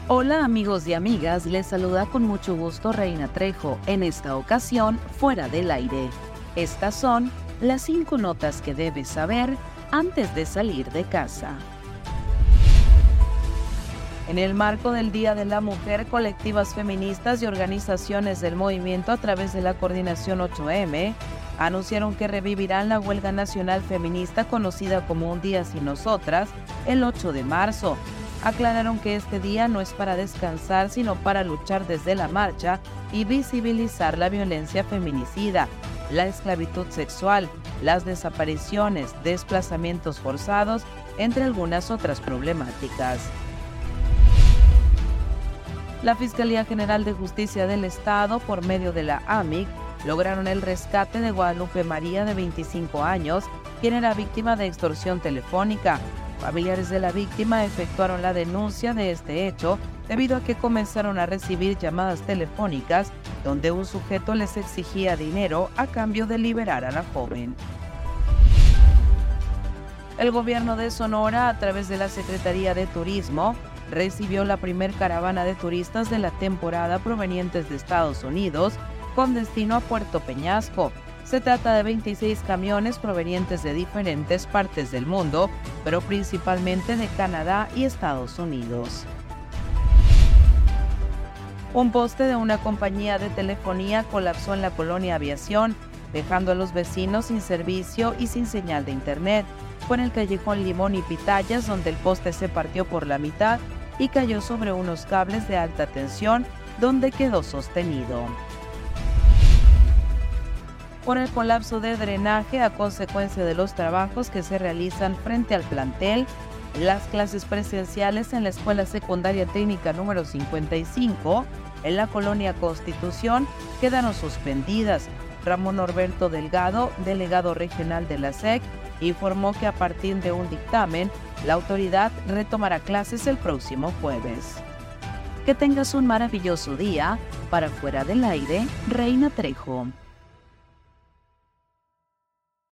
Hola amigos y amigas, les saluda con mucho gusto Reina Trejo, en esta ocasión fuera del aire. Estas son las 5 notas que debes saber antes de salir de casa. En el marco del Día de la Mujer, colectivas feministas y organizaciones del movimiento a través de la Coordinación 8M anunciaron que revivirán la huelga nacional feminista conocida como Un Día Sin Nosotras el 8 de marzo. Aclararon que este día no es para descansar, sino para luchar desde la marcha y visibilizar la violencia feminicida, la esclavitud sexual, las desapariciones, desplazamientos forzados, entre algunas otras problemáticas. La Fiscalía General de Justicia del Estado, por medio de la AMIC, lograron el rescate de Guadalupe María, de 25 años, quien era víctima de extorsión telefónica. Familiares de la víctima efectuaron la denuncia de este hecho debido a que comenzaron a recibir llamadas telefónicas donde un sujeto les exigía dinero a cambio de liberar a la joven. El gobierno de Sonora, a través de la Secretaría de Turismo, recibió la primer caravana de turistas de la temporada provenientes de Estados Unidos con destino a Puerto Peñasco. Se trata de 26 camiones provenientes de diferentes partes del mundo, pero principalmente de Canadá y Estados Unidos. Un poste de una compañía de telefonía colapsó en la colonia Aviación, dejando a los vecinos sin servicio y sin señal de internet. Fue en el callejón Limón y Pitayas donde el poste se partió por la mitad y cayó sobre unos cables de alta tensión, donde quedó sostenido. Por el colapso de drenaje a consecuencia de los trabajos que se realizan frente al plantel, las clases presenciales en la Escuela Secundaria Técnica número 55, en la colonia Constitución, quedaron suspendidas. Ramón Norberto Delgado, delegado regional de la SEC, informó que a partir de un dictamen, la autoridad retomará clases el próximo jueves. Que tengas un maravilloso día. Para Fuera del Aire, Reina Trejo.